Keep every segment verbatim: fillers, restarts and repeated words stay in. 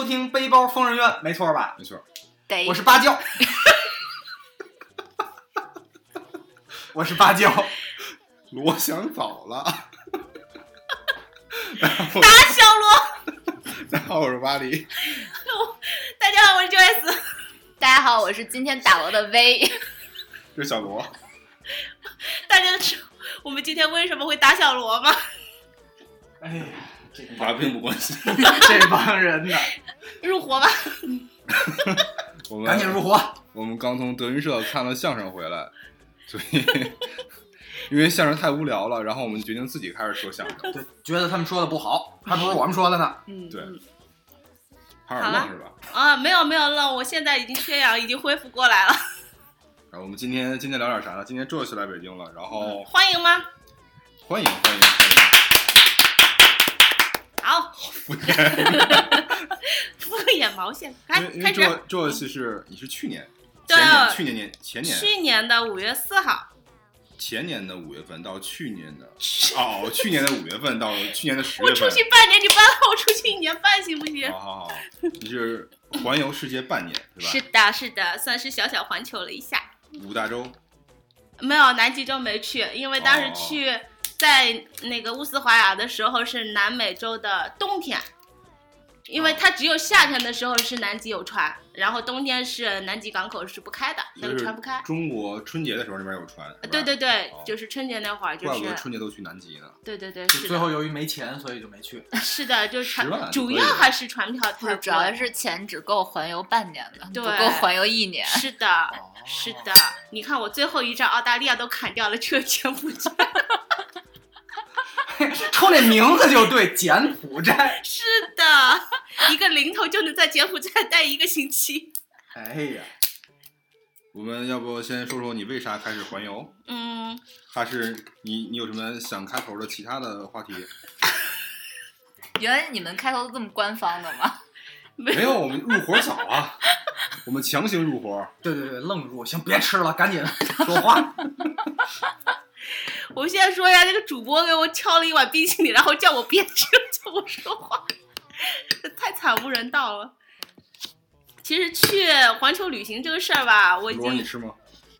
收听背包疯人院，没错吧？ 没错。 我是芭蕉，我是芭蕉。 罗想早了。 打小罗。 大家好，我是巴黎。 大家好，我是 Joyce。 大家好，我是今天打罗的 V。 这是小罗。 大家知道我们今天为什么会打小罗吗？ 哎呀， 打并不关心。 这帮人呢？ 入伙吧。 我们赶紧入伙。 我们刚从德云社看了相声回来，所以因为相声太无聊了，然后我们决定自己开始说相声。 对，觉得他们说的不好，还不如我们说的呢。 嗯， 对。还有愣是吧？ 啊，没有没有愣，我现在已经缺氧，已经恢复过来了。 然后我们今天今天聊点啥呢？今天Joyce来北京了，然后、 嗯、欢迎吗？ 欢迎欢迎欢迎。 好。 敷衍。 敷衍毛线。开因为 Joyce 是你是去年， 对前年去年年前年去年的五月四号。 前年的五月份到去年的哦，去年的五月份到去年的十月份。 我出去半年，你搬了我出去一年半行不行？ 好好好，你是环游世界半年对吧？ 是的，是的，算是小小环球了一下。 五大洲？ 没有，南极洲没去，因为当时去、哦、在那个乌斯怀亚的时候是南美洲的冬天。因为它只有夏天的时候是南极有船，然后冬天是南极港口是不开的，那个船不开。 中国春节的时候那边有船。 对对对、 哦， 就是春节那会儿，就是。 怪不得春节都去南极呢。 对对对， 是最后由于没钱，所以就没去。 是的，就是船，主要还是船票太贵， 主要是钱只够环游半年的， 对， 不够环游一年。 是的，哦、是的，你看我最后一站澳大利亚都砍掉了，只有柬埔寨。 冲这名字就对，柬埔寨。 是的，一个零头就能在柬埔寨待一个星期。 哎呀， 我们要不先说说你为啥开始环游？ 嗯， 还是你你有什么想开头的其他的话题？ 原来你们开头都这么官方的吗？ 没有，我们入伙早啊，我们强行入伙。 对对对，愣入，行，别吃了，赶紧说话。 我现在说呀，那个主播给我敲了一碗冰淇淋，然后叫我别吃了，叫我说话，太惨无人道了。其实去环球旅行这个事儿吧，我已经。 你吃吗？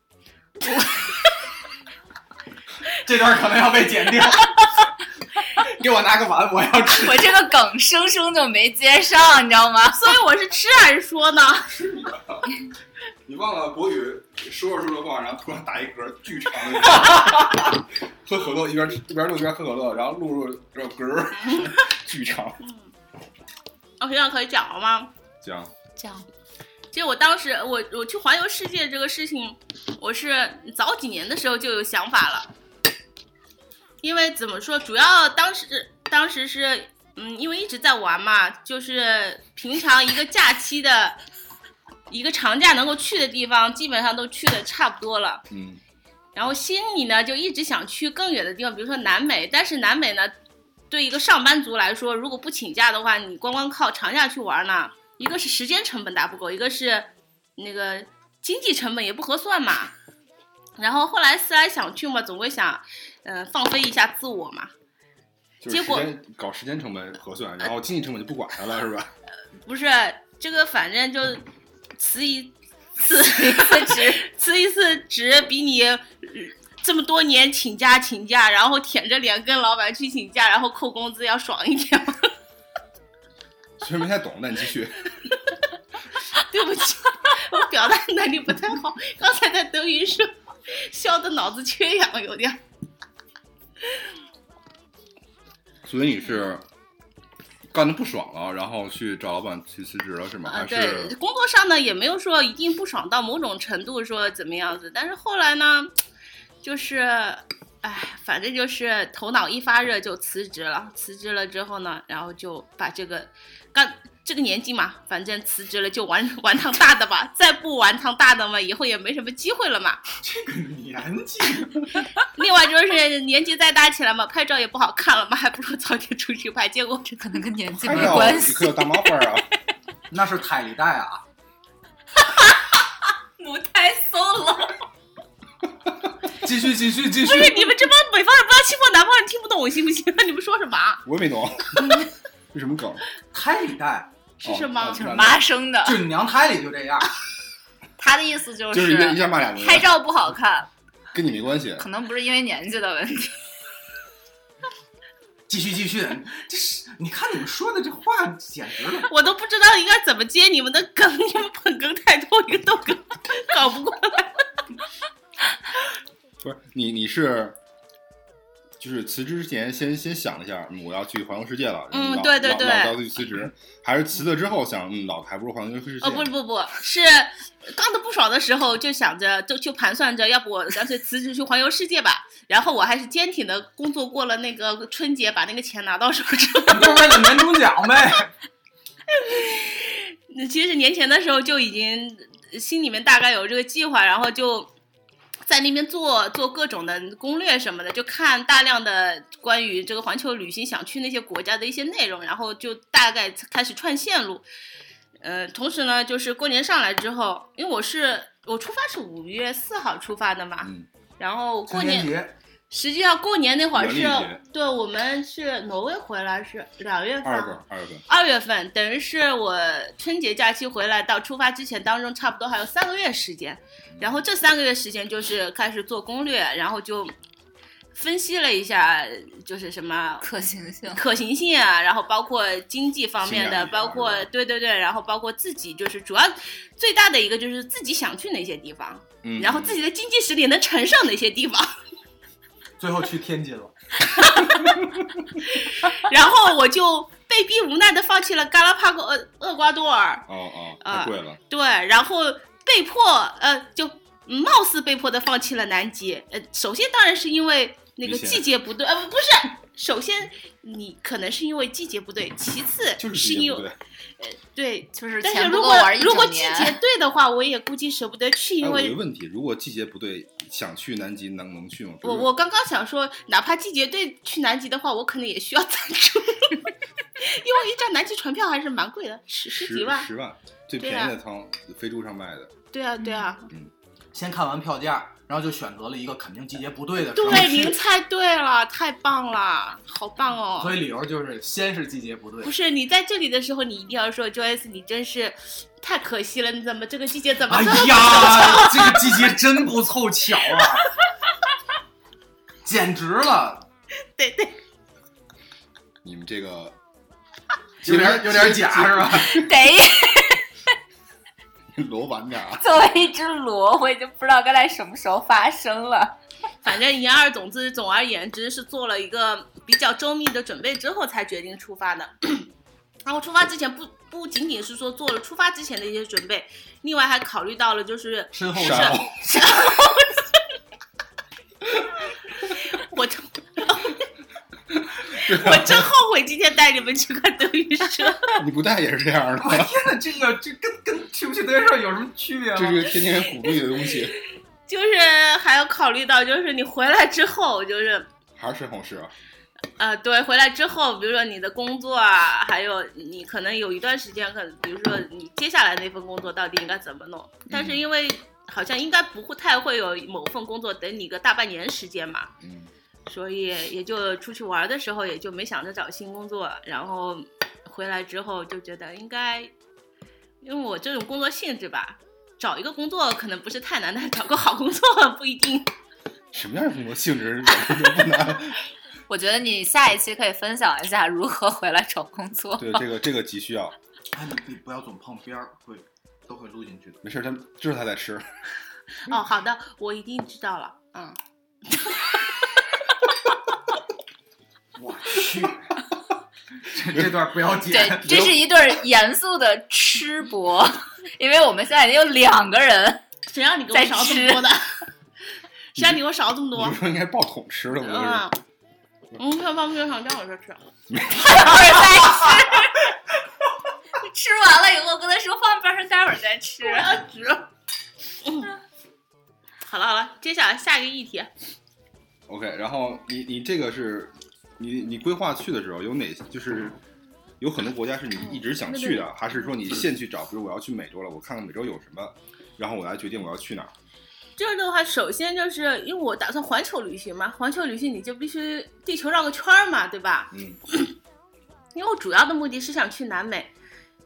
这段可能要被剪掉。给我拿个碗，我要吃。 我这个梗生生就没接上，你知道吗？ 所以我是吃还是说呢？ 你忘了国语说着说着话，然后突然打一嗝，巨长的。喝可乐一边一边录一边喝可乐，然后录入这嗝，巨长。 嗯，我现在可以讲了吗？ 讲讲。 其实我当时我我去环游世界这个事情，我是早几年的时候就有想法了。因为怎么说，主要当时当时是嗯，因为一直在玩嘛，就是平常一个假期的。一个长假能够去的地方，基本上都去的差不多了。 嗯， 然后心里呢就一直想去更远的地方，比如说南美。但是南美呢，对一个上班族来说，如果不请假的话，你光光靠长假去玩呢，一个是时间成本大不够，一个是那个经济成本也不合算嘛。然后后来思来想去嘛，总会想，嗯、呃，放飞一下自我嘛。 结果搞时间成本合算，然后经济成本就不管它了，是吧？ 不是，这个反正就。辞一次一次职，辞一次职比你这么多年请假请假，然后舔着脸跟老板去请假，然后扣工资要爽一点吗？ 虽然没太懂，但你继续。 对不起，我表达能力不太好，刚才在德云社笑的脑子缺氧有点。 所以你是？干得不爽了，然后去找老板去辞职了，是吗？ 啊，对，工作上呢也没有说一定不爽到某种程度，说怎么样子。但是后来呢，就是，哎，反正就是头脑一发热就辞职了。辞职了之后呢，然后就把这个，干这个年纪嘛，反正辞职了就玩玩趟大的吧。再不玩趟大的嘛，以后也没什么机会了嘛。 这个年纪。 另外就是年纪再大起来嘛，拍照也不好看了嘛，还不如早点出去拍。结果这可能跟年纪没关系。 你可有大麻花啊？ 那是胎里带啊。 母胎 solo。 继续继续继续。 不是你们这帮北方人不要欺负我南方人，听不懂我行不行？你们说什么？ 我也没懂。这什么梗？ 胎里带是什么？ 哦就是妈生的。 就你娘胎里就这样。 他的意思就就是一下骂俩人， 拍照不好看， 跟你没关系， 可能不是因为年纪的问题。 继续继续，这是你看你们说的这话简直了， 我都不知道应该怎么接你们的梗，你们捧哏太多，一个逗哏搞不过来。 不是你你是。就是辞职之前先先想了一下，嗯，我要去环游世界了。 嗯， 老对对对， 老早就去辞职，还是辞了之后想，嗯，老还不如环游世界。 哦，不不不，是刚的不爽的时候就想着，就就盘算着，要不我干脆辞职去环游世界吧。然后我还是坚挺的工作过了那个春节，把那个钱拿到手上。 你就是为了年终奖呗。 其实年前的时候就已经心里面大概有这个计划，然后就。在那边做做各种的攻略什么的，就看大量的关于这个环球旅行想去那些国家的一些内容，然后就大概开始串线路。呃，同时呢，就是过年上来之后，因为我是我出发是五月四号出发的嘛， 嗯， 然后过年节实际上过年那会儿是， 节对，我们是挪威回来是两月份， 二月份，二月份， 二月份，等于是我春节假期回来到出发之前当中，差不多还有三个月时间。然后这三个月时间就是开始做攻略，然后就分析了一下，就是什么可行性、 可行性啊，然后包括经济方面的，包括对对对，然后包括自己就是主要最大的一个就是自己想去哪些地方， 嗯， 然后自己的经济实力能承受哪些地方。 最后去天津了。 然后我就被逼无奈的放弃了加拉帕戈厄瓜多尔。 哦哦，太贵了。 呃、对，然后被迫呃，就貌似被迫的放弃了南极。呃，首先当然是因为那个季节不对，呃，不是，首先你可能是因为季节不对，其次就是因为，呃，对， 就是但是如果如果季节对的话，我也估计舍不得去，因为有一个问题，如果季节不对，想去南极能能去吗？ 我我刚刚想说，哪怕季节对去南极的话，我可能也需要赞助，因为一张南极船票还是蛮贵的，十十几万， 十万，最便宜的舱，飞猪上卖的。 对啊，对啊， 嗯， 先看完票价，然后就选择了一个肯定季节不对的时候。 对，您猜对了，太棒了，好棒哦！ 所以理由就是先是季节不对。 不是你在这里的时候，你一定要说 Joyce， 你真是太可惜了，你怎么这个季节怎么这么哎呀，这个季节真不凑巧啊，简直了！ 对对， 你们这个有点有点假是吧？ 得。 螺晚点啊！ 作为一只螺，我已经不知道该在什么时候发生了。 反正言而总之，总而言之是做了一个比较周密的准备之后才决定出发的。然后出发之前不不仅仅是说做了出发之前的一些准备，另外还考虑到了就是身后山身后，我真我真后悔今天带你们去看德云社。 你不带也是这样的。 我天哪，这个这跟跟去不去德云社有什么区别吗？ 这是个天天人鼓励的东西。 就是还要考虑到，就是你回来之后，就是还是身后事啊。 呃，对，回来之后，比如说你的工作啊，还有你可能有一段时间，可能比如说你接下来那份工作到底应该怎么弄？但是因为好像应该不会太会有某份工作等你个大半年时间嘛， 嗯， 所以也就出去玩的时候也就没想着找新工作，然后回来之后就觉得应该，因为我这种工作性质吧，找一个工作可能不是太难，但找个好工作不一定。 什么样的工作性质不难？ 我觉得你下一期可以分享一下如何回来找工作。 对，这个这个急需要。 哎，你你不要总碰边儿，会都会录进去的。 没事，他知道他在吃。 哦，好的，我一定知道了。嗯。 我去，这这段不要剪。 对，这是一对严肃的吃播，因为我们现在已经有两个人。 谁让你给我少这么多的？谁让你给我少这么多？ 你说应该爆桶吃的，我嗯。嗯，票放冰箱，这样我就吃。 待会儿再吃。吃完了以后跟他说放边上，待会儿再吃。 我要吃。嗯。好了好了，接下来下一个议题。 OK， 然后你你这个是，你你规划去的时候有哪就是有很多国家是你一直想去的，嗯、还是说你现去找？比如我要去美洲了，我看看美洲有什么，然后我来决定我要去哪儿。 这的话，首先就是因为我打算环球旅行嘛，环球旅行你就必须地球绕个圈嘛，对吧？ 嗯。 因为我主要的目的是想去南美，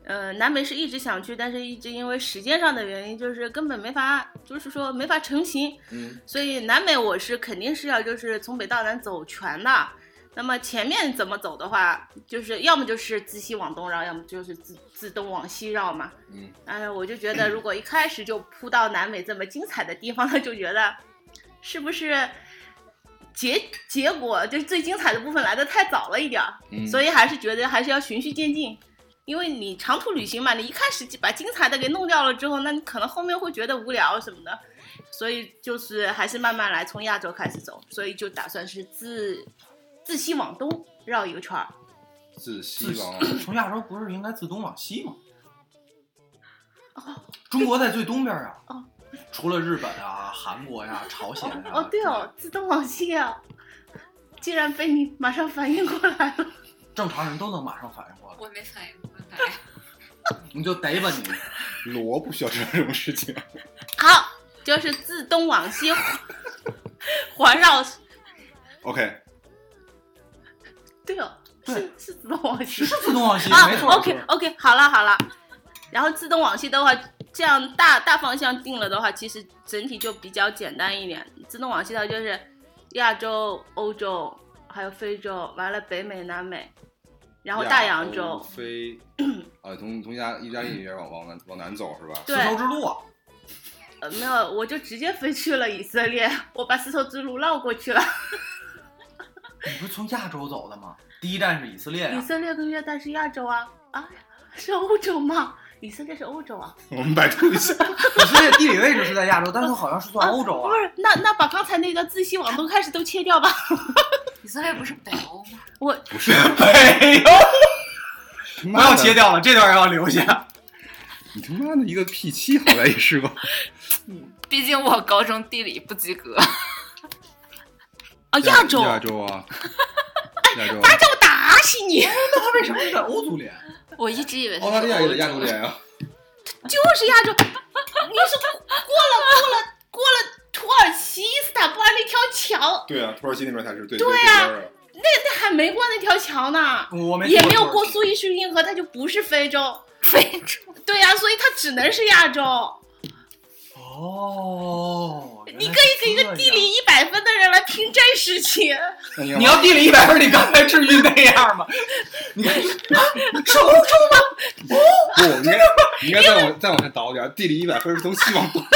呃，南美是一直想去，但是一直因为时间上的原因，就是根本没法，就是说没法成行。 嗯， 所以南美我是肯定是要就是从北到南走全的。那么前面怎么走的话，就是要么就是自西往东绕，要么就是自自东往西绕嘛。 嗯， 哎，我就觉得如果一开始就扑到南美这么精彩的地方呢，就觉得是不是结结果就是最精彩的部分来的太早了一点儿。 嗯， 所以还是觉得还是要循序渐进。因为你长途旅行嘛，你一开始把精彩的给弄掉了之后，那你可能后面会觉得无聊什么的，所以就是还是慢慢来，从亚洲开始走，所以就打算是自自西往东绕一个圈儿。 自西往从亚洲不是应该自东往西吗？ 哦， 中国在最东边啊。 哦， 除了日本啊、韩国呀、朝鲜呀。 哦，对哦，自东往西啊，竟然被你马上反应过来了。 正常人都能马上反应过来。 我没反应过来。 你就逮吧你。 罗不需要知道这种事情。 好，就是自东往西环绕。 OK。 对哦，是是自东往西， 是自东往西， 啊、 没错。 OK OK， 好了好了。然后自东往西的话，这样大大方向定了的话，其实整体就比较简单一点。自东往西的话就是亚洲、欧洲，还有非洲，完了北美、南美。然后大洋洲， 飞，啊，从从意大意大利那边往往南往南走是吧？ 对， 丝绸之路啊。 呃，没有，我就直接飞去了以色列，我把丝绸之路绕过去了。 你不是从亚洲走的吗？第一站是以色列呀、啊。 以色列跟约旦是亚洲啊，啊，是欧洲吗？以色列是欧洲啊。 我们百度一下， 以色列地理位置是在亚洲，但是它好像是算欧洲啊。 啊不是，那那把刚才那个自西往东开始都切掉吧。 以色列不是北欧吗？ 我不是北欧，不要切掉了，这段要留下。 你他妈的一个 P 七，好歹也是吧？ 毕竟我高中地理不及格。 啊，亚洲， 亚洲啊，亚洲。 发叫我打死你！ 那他为什么是在欧足联？ 我一直以为澳大利亚也在亚洲联啊。 就是亚洲，你是过了过了过了土耳其伊斯坦布尔那条桥。 对啊，土耳其那边才是对。 对啊，那那还没过那条桥呢， 我没也没有过苏伊士运河，它就不是非洲。 非洲。 对呀、啊，所以它只能是亚洲。 哦， 你可以给一个地理一百分的人来评这事情。 你要地理一百分，你刚才至于那样吗？你看，是欧洲吗？ 不，不，你应该你应该再往再往下倒点，地理一百分是从西往东。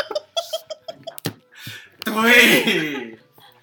对。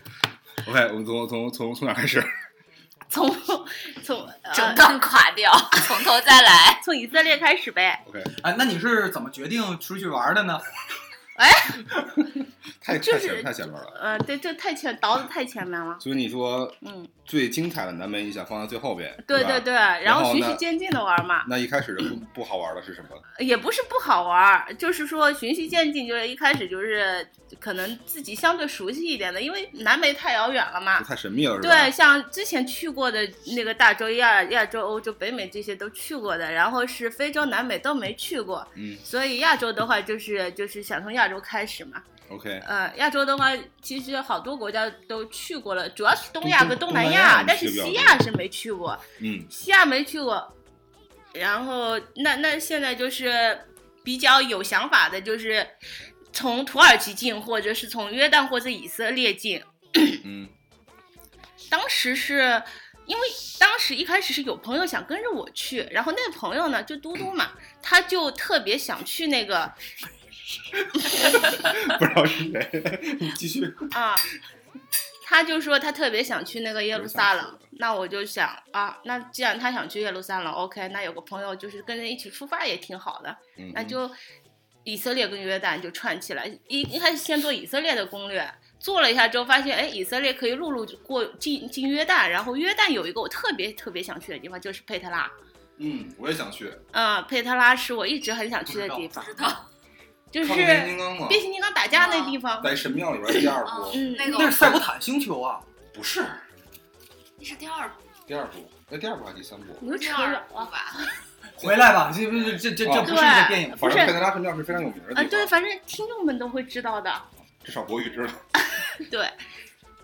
OK， 我们从从从从哪开始？ 从从、呃、 整段垮掉，从头再来。 从以色列开始呗。 OK， 哎，那你是怎么决定出去玩的呢？ 哎， 太就是太前太前面了。 呃，对，这太前倒的太前面了。 所以你说， 嗯， 最精彩的南美你想放在最后边， 对对对， 然然后循序渐进的玩嘛。 那一开始不不好玩的是什么？ 也不是不好玩，就是说循序渐进，就是一开始就是可能自己相对熟悉一点的，因为南美太遥远了嘛， 太神秘了，是吧？ 对，像之前去过的那个大洲、亚亚洲、欧洲、北美这些都去过的，然后是非洲、南美都没去过， 嗯， 所以亚洲的话就是就是想从亚洲开始嘛。 OK， 呃，亚洲的话，其实好多国家都去过了，主要是东亚跟东南东南亚但是西亚是没去过， 嗯， 西亚没去过。然后那那现在就是比较有想法的，就是从土耳其进，或者是从约旦或者以色列进。 嗯， 当时是因为当时一开始是有朋友想跟着我去，然后那个朋友呢就嘟嘟嘛，他就特别想去那个。 不知道是谁，你继续啊。他就说他特别想去那个耶路撒冷，那我就想啊，那既然他想去耶路撒冷 ，OK， 那有个朋友就是跟着一起出发也挺好的， 嗯、 那就以色列跟约旦就串起来，一一开始先做以色列的攻略，做了一下之后发现，哎，以色列可以陆路过进进约旦，然后约旦有一个我特别特别想去的地方就是佩特拉， 嗯，我也想去， 嗯，佩特拉是我一直很想去的地方， 知道。 就是变形金刚嘛， 变形金刚打架那地方， 在神庙里边第二部， 嗯， 那个那是赛博坦星球啊， 不是， 那是第二部， 第二部，那第二部还是第三部？ 你扯远了吧？ 回来吧，这这这这这不是一个电影， 反正佩特拉神庙是非常有名的地方， 啊，对，反正听众们都会知道的， 至少国语知道。 对，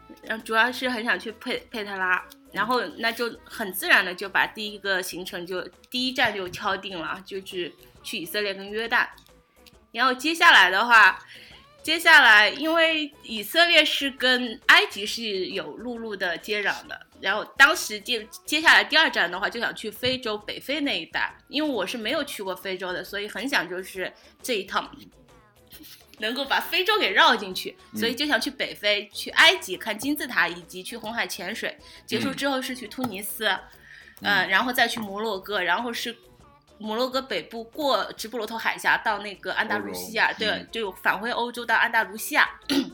然后主要是很想去佩佩特拉，然后那就很自然的就把第一个行程就第一站就敲定了，就是去以色列跟约旦。然后接下来的话，接下来因为以色列是跟埃及是有陆路的接壤的，然后当时接接下来第二站的话就想去非洲北非那一带，因为我是没有去过非洲的，所以很想就是这一趟能够把非洲给绕进去，所以就想去北非，去埃及看金字塔，以及去红海潜水。结束之后是去突尼斯，嗯、呃，然后再去摩洛哥，然后是摩洛哥北部过直布罗陀海峡到那个安达卢西亚，对，就返回欧洲到安达卢西亚。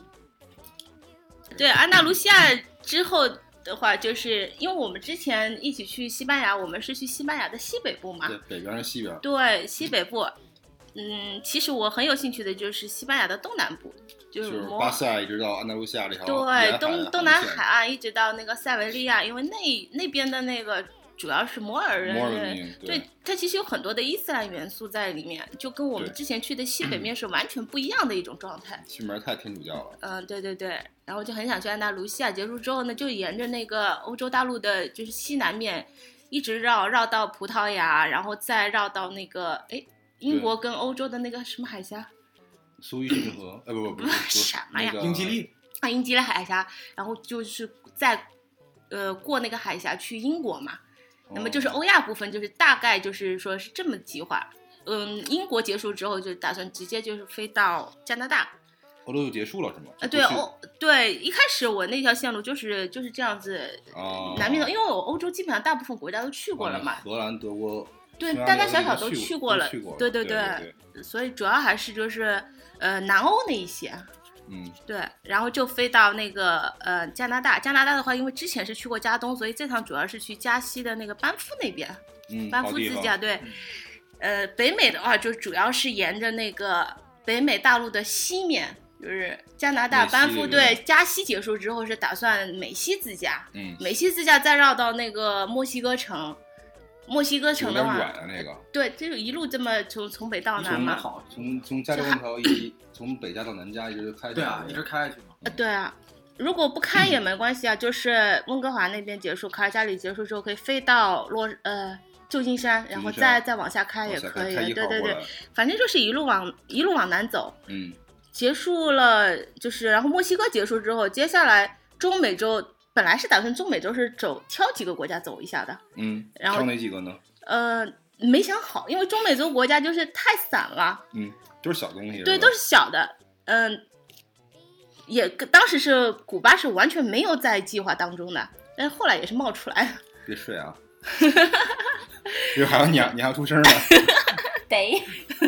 对，安达卢西亚之后的话，就是因为我们之前一起去西班牙，我们是去西班牙的西北部嘛， 对，北边是西边， 对，西北部。嗯，其实我很有兴趣的就是西班牙的东南部，就是就是巴塞一直到安达卢西亚这条对东东南海岸一直到那个塞维利亚，因为那那边的那个主要是摩尔人， 摩尔文明， 对，它其实有很多的伊斯兰元素在里面，就跟我们之前去的西北面是完全不一样的一种状态。 西面太天主教了。 嗯，对对对，然后就很想去安达卢西亚，结束之后呢，就沿着那个欧洲大陆的就是西南面一直绕绕到葡萄牙，然后再绕到那个哎。英国跟欧洲的那个什么海峡， 苏伊士河，哎不不不是什么呀？ 英吉利啊，英吉利海峡，然后就是在呃过那个海峡去英国嘛。那么就是欧亚部分，就是大概就是说是这么计划。嗯，英国结束之后就打算直接就是飞到加拿大。 欧洲就结束了是吗？ 呃，对欧对，一开始我那条线路就是就是这样子， 啊， 南边的，因为我欧洲基本上大部分国家都去过了嘛， 荷兰、德国。 对，大大小小都去过了，对对对, 对, 对，所以主要还是就是呃南欧那一些， 嗯， 对，然后就飞到那个呃加拿大，加拿大的话，因为之前是去过加东，所以这趟主要是去加西的那个班夫那边， 嗯， 班夫自驾，对，呃，北美的话就主要是沿着那个北美大陆的西面，就是加拿大班夫，对，加西结束之后是打算美西自驾， 嗯， 美西自驾再绕到那个墨西哥城。墨西哥城的话， 有点远啊，那个对，就是一路这么从从北到南嘛， 好， 从从加州那条一从北加到南加一直开， 对啊，一直开下去嘛。 呃，对啊，如果不开也没关系啊，就是温哥华那边结束，卡尔加里结束之后可以飞到洛呃旧金山，然后再再往下开也可以，对对对，反正就是一路往一路往南走， 嗯， 结束了就是然后墨西哥结束之后，接下来中美洲。本来是打算中美洲是走挑几个国家走一下的， 嗯， 然后挑哪几个呢？ 呃，没想好，因为中美洲国家就是太散了， 嗯，都是小东西， 对，都是小的，嗯、呃，也当时是古巴是完全没有在计划当中的，但是后来也是冒出来了。 别睡啊，因为还要你你还要出声呢， 得。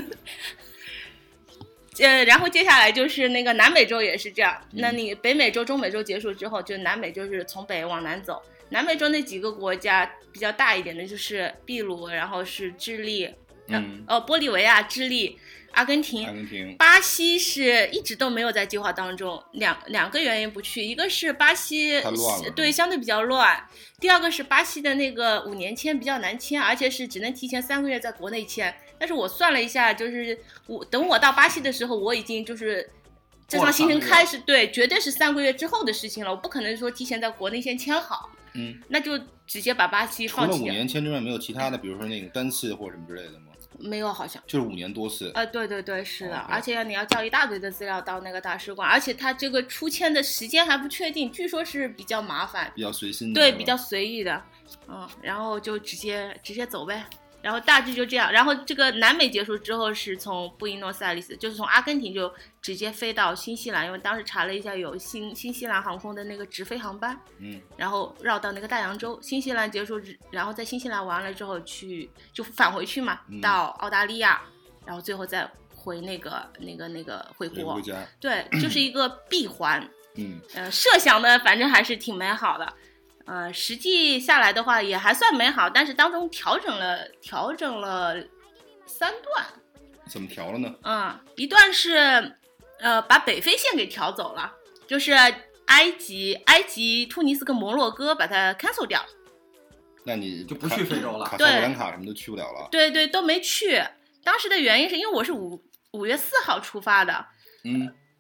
呃，然后接下来就是那个南美洲也是这样，嗯、那你北美洲、中美洲结束之后，就南美就是从北往南走。南美洲那几个国家比较大一点的，就是秘鲁，然后是智利， 嗯， 呃，玻利维亚、智利、阿根廷、 阿根廷、 巴西是一直都没有在计划当中，两两个原因不去，一个是巴西对相对比较乱，第二个是巴西的那个五年签比较难签，而且是只能提前三个月在国内签。但是我算了一下，就是我等我到巴西的时候，我已经就是这趟行程开始，对，绝对是三个月之后的事情了。我不可能说提前在国内先签好， 嗯， 那就直接把巴西放弃。 除了五年签之外，没有其他的，比如说那个单次或者什么之类的吗？ 没有，好像就是五年多次。 呃，对对对，是的， 哦、 而且你要交一大堆的资料到那个大使馆，而且他这个出签的时间还不确定，据说是比较麻烦， 比较随心的， 对，比较随意的，嗯，然后就直接直接走呗。然后大致就这样，然后这个南美结束之后是从布宜诺斯艾利斯，就是从阿根廷就直接飞到新西兰，因为当时查了一下有新新西兰航空的那个直飞航班， 嗯， 然后绕到那个大洋洲，新西兰结束，然后在新西兰完了之后去就返回去嘛， 嗯、 到澳大利亚，然后最后再回那个那个那个回国， 回家， 对，就是一个闭环， 嗯， 呃，设想的反正还是挺美好的。呃，实际下来的话也还算美好，但是当中调整了调整了三段。 怎么调了呢？ 嗯，一段是呃把北非线给调走了，就是埃及、埃及、突尼斯跟摩洛哥把它 cancel 掉。 那你就不去非洲了， 卡萨布兰卡什么都去不了了。 对对，都没去。当时的原因是因为我是五五月四号出发的， 嗯，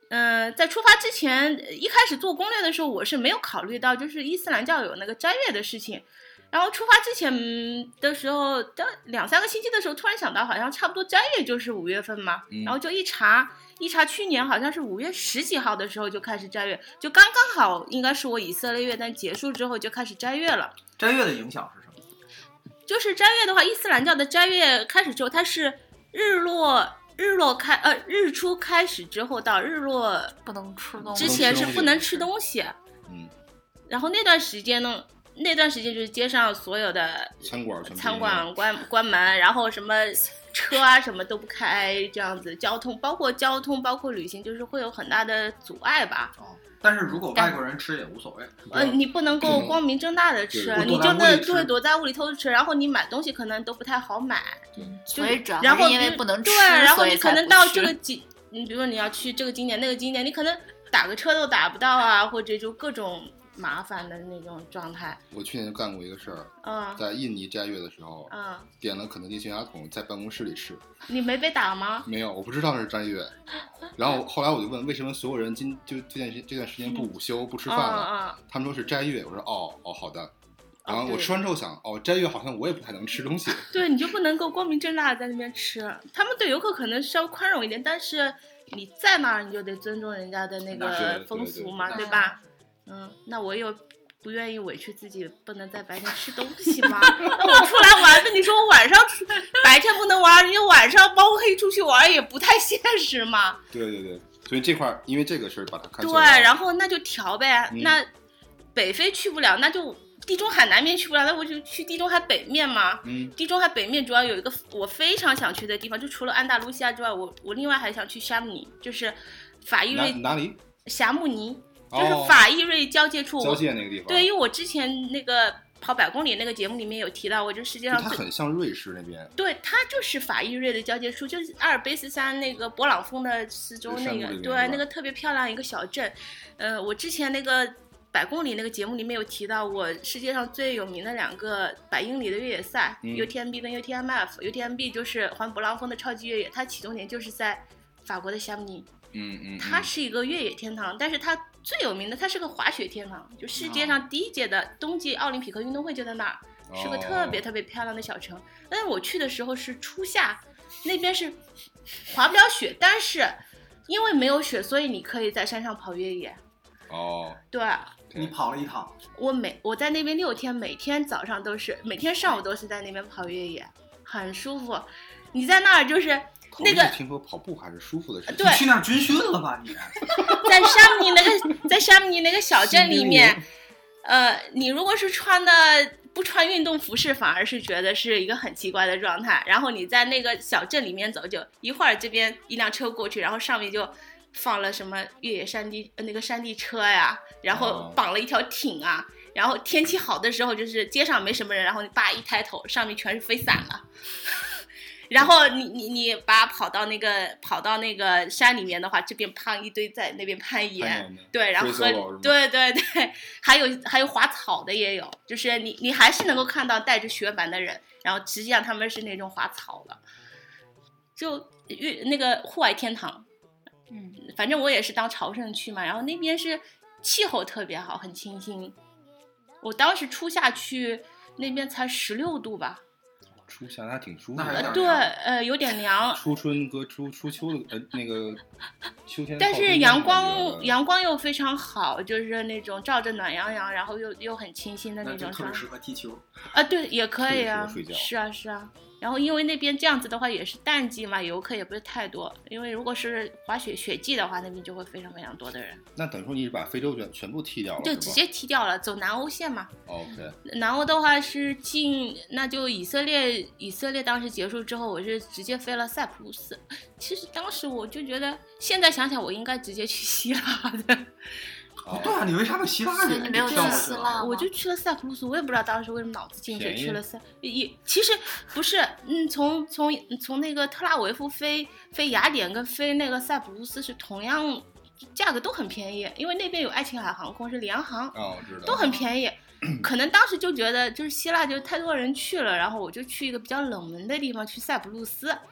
嗯、呃，在出发之前，一开始做攻略的时候，我是没有考虑到就是伊斯兰教有那个斋月的事情。然后出发之前的时候，的两三个星期的时候，突然想到，好像差不多斋月就是五月份嘛， 嗯、 然后就一查一查，去年好像是五月十几号的时候就开始斋月，就刚刚好应该是我以色列月，但结束之后就开始斋月了。 斋月的影响是什么？ 就是斋月的话，伊斯兰教的斋月开始之后，它是日落。日落开呃日出开始之后到日落不能吃东西， 之前是不能吃东西。 嗯， 然后那段时间呢，那段时间就是街上所有的餐馆餐馆关关门，然后什么车啊什么都不开，这样子交通包括交通包括旅行，就是会有很大的阻碍吧。 哦，但是如果外国人吃也无所谓。 呃，你不能够光明正大的吃， 嗯、 你就那对躲在屋里偷吃，然后你买东西可能都不太好买。 嗯，所以主要然后因为不能吃， 对，然后你可能到这个个景，你比如说你要去这个景点那个景点，你可能打个车都打不到啊，或者就各种麻烦的那种状态。 我去年干过一个事儿， 嗯， 在印尼斋月的时候， 嗯， 点了肯德基全家桶在办公室里吃。 你没被打吗？ 没有，我不知道那是斋月。然后后来我就问，为什么所有人今就这段时这段时间不午休、嗯、不吃饭了？ 嗯嗯、 他们说是斋月。我说哦哦好的。然后我吃完之后想，哦，斋月好像我也不太能吃东西。 对，你就不能够光明正大的在那边吃。他们对游客可能稍微宽容一点，但是你在那儿你就得尊重人家的那个风俗嘛， 对, 对, 对, 对, 对吧？嗯，那我又不愿意委屈自己，不能在白天吃东西嘛。那我出来玩，那你说我晚上出，白天不能玩，你晚上包括可以出去玩，也不太现实嘛。 对对对，所以这块因为这个事儿把它看。 对，然后那就调呗。嗯、那北非去不了，那就。地中海南面去不了，那我就去地中海北面嘛。 嗯， 地中海北面主要有一个我非常想去的地方，就除了安达卢西亚之外，我我另外还想去夏慕尼，就是法意瑞哪里？ 夏慕尼，就是法意瑞交界处。 交界那个地方。 对，因为我之前那个跑百公里那个节目里面有提到过，就世界上它很像瑞士那边。 对，它就是法意瑞的交界处，就是阿尔卑斯山那个勃朗峰的四周那个，对，那个特别漂亮一个小镇。嗯、呃，我之前那个。百公里那个节目里面有提到，我世界上最有名的两个百英里的越野赛、嗯、U T M B 跟 U T M F。U T M B 就是环勃朗峰的超级越野，它起终点就是在法国的夏慕尼。 嗯 嗯, 嗯， 它是一个越野天堂，但是它最有名的，它是个滑雪天堂，就世界上第一届的冬季奥林匹克运动会就在那儿，哦、是个特别特别漂亮的小城。但是我去的时候是初夏，那边是滑不了雪，但是因为没有雪，所以你可以在山上跑越野。 哦， 对。 你跑了一趟， 我每我在那边六天，每天早上都是，每天上午都是在那边跑越野，很舒服。你在那儿就是那个， 听说跑步还是舒服的事情。 对， 你去那儿军训了吧你？ 在沙姆尼那个，在沙姆尼那个小镇里面，呃，你如果是穿的不穿运动服饰，反而是觉得是一个很奇怪的状态。然后你在那个小镇里面走，就一会儿这边一辆车过去，然后上面就。放了什么越野山地那个山地车呀，然后绑了一条艇啊，哦、然后天气好的时候就是街上没什么人，然后你叭一抬头，上面全是飞伞了，然后你你你把跑到那个跑到那个山里面的话，这边攀一堆，在那边攀岩，对，然后和对对对，还有还有滑草的也有，就是你你还是能够看到带着雪板的人，然后实际上他们是那种滑草的，就那个户外天堂。嗯，反正我也是当朝圣去嘛，然后那边是气候特别好，很清新。我当时初夏去那边才十六度吧， 初夏还挺舒服的。 呃对，呃，有点凉。 初春和初初秋的呃那个秋天， 但是阳光阳光又非常好，就是那种照着暖洋洋，然后又又很清新的那种。 那就特别适合踢球。 啊，对，也可以啊。 睡觉。 是啊，是啊。然后因为那边这样子的话也是淡季嘛，游客也不是太多，因为如果是滑雪雪季的话，那边就会非常非常多的人。 那等于说你是把非洲全全部踢掉了？ 就直接踢掉了，走南欧线嘛。 OK。 南欧的话是进，那就以色列，以色列当时结束之后，我是直接飞了塞浦路斯。其实当时我就觉得，现在想想我应该直接去希腊的。 哦，对啊，你为啥把希腊人你没有去希腊？ 我就去了塞浦路斯，我也不知道当时为什么脑子进去去了塞，也其实不是，嗯，从从从那个特拉维夫飞飞雅典跟飞那个塞浦路斯是同样价格都很便宜，因为那边有爱琴海航空是联航， 哦，知道， 都很便宜。可能当时就觉得就是希腊就太多人去了，然后我就去一个比较冷门的地方，去塞浦路斯。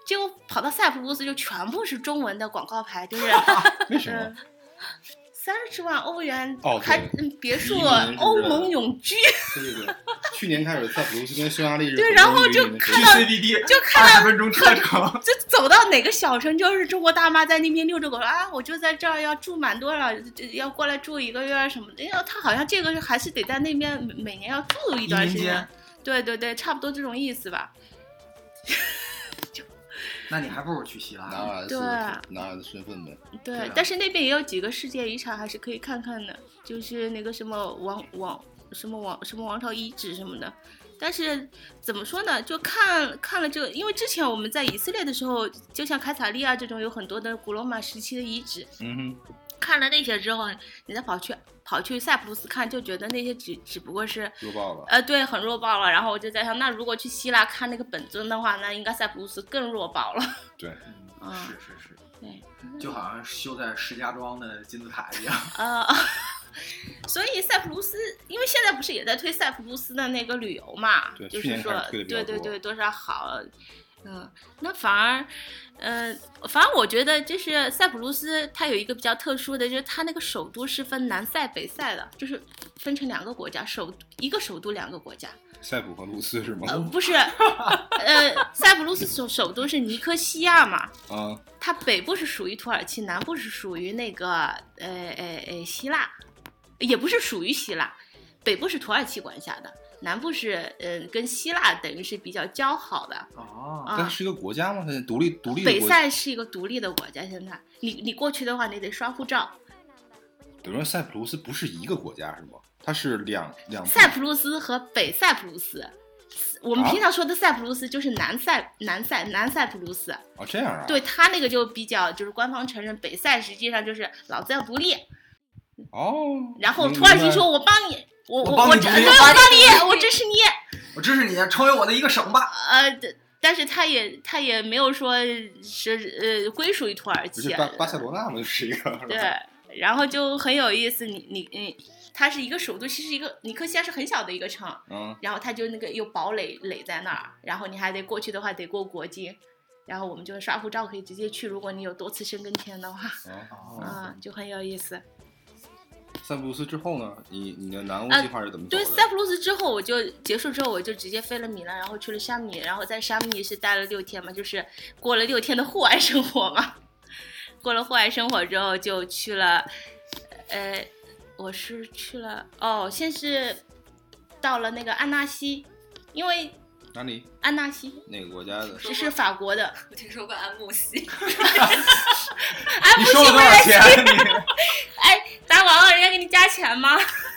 结果跑到塞浦路斯就全部是中文的广告牌，就是为什么？ 呃三十万欧元， 哦还嗯别墅移民是不是欧盟永居， 对对对，去年开始塞浦路斯跟匈牙利是对，然后就看到 C B D 就看到二十分钟车程， 就走到哪个小城，就是中国大妈在那边遛着狗说啊，我就在这儿要住满多少，要过来住一个月什么的。因为他好像这个还是得在那边每每年要住一段时间移民间。 对对对，差不多这种意思吧。 那你还不如去希腊。 拿来对拿来的身份呗。 对， 对啊但是那边也有几个世界遗产还是可以看看的，就是那个什么王王什么王什么王朝遗址什么的。但是怎么说呢？就看看了这个，因为之前我们在以色列的时候，就像凯撒利亚这种有很多的古罗马时期的遗址， 嗯哼， 看了那些之后，你再跑去跑去塞浦路斯看，就觉得那些只只不过是弱爆了。 呃对，很弱爆了。然后我就在想，那如果去希腊看那个本尊的话，那应该塞浦路斯更弱爆了。 对， 嗯是是是， 对， 就好像修在石家庄的金字塔一样。 呃，所以塞浦路斯，因为现在不是也在推塞浦路斯的那个旅游嘛， 对去年就是说开始推得比较多对对对多少好，嗯，那反而，嗯、呃，反而我觉得就是塞浦路斯它有一个比较特殊的，就是它那个首都是分南塞北塞的，就是分成两个国家，首一个首都两个国家。 塞浦和卢斯是吗？ 呃，不是，呃，塞浦路斯首首都是尼科西亚嘛， 啊， 它北部是属于土耳其，南部是属于那个呃呃呃希腊，也不是属于希腊，北部是土耳其管辖的，南部是呃跟希腊等于是比较交好的。 哦， 啊它是一个国家吗？它是独立独立的北国塞是一个独立的国家，现在你你过去的话，你得刷护照。 等于说塞浦路斯不是一个国家是吗？它是两两塞浦路斯和北塞浦路斯，我们啊平常说的塞浦路斯就是南塞南塞南塞浦路斯。 哦这样啊？ 对，他那个就比较就是官方承认，北塞实际上就是老子要独立。 哦， 然后明土耳其明白说我帮你，我我我我帮你独立这对我帮你，我支持你。 我支持你成为我的一个省吧。 呃，但是他也他也没有说是呃归属于土耳其。 不是巴巴塞罗那吗？就是一个是吧对，然后就很有意思，你你你，它是一个首都，其实一个尼科西亚是很小的一个城， 嗯， 然后它就那个有堡垒垒在那儿，然后你还得过去的话得过国境，然后我们就刷护照可以直接去，如果你有多次申根签的话， 哦， 嗯，就很有意思。 塞浦路斯之后呢？你你的南欧呃计划是怎么走对， 的？ 塞浦路斯之后我就结束之后我就直接飞了米兰，然后去了沙米，然后在沙米是待了六天嘛，就是过了六天的户外生活嘛。过了户外生活之后就去了，呃，我是去了哦，先是到了那个安纳西，因为哪里？ 安纳西哪个国家的？ 这是法国的， 我听说过安慕希， 安你收了多慕希为了少钱？你哎，打广告人家给你加钱吗？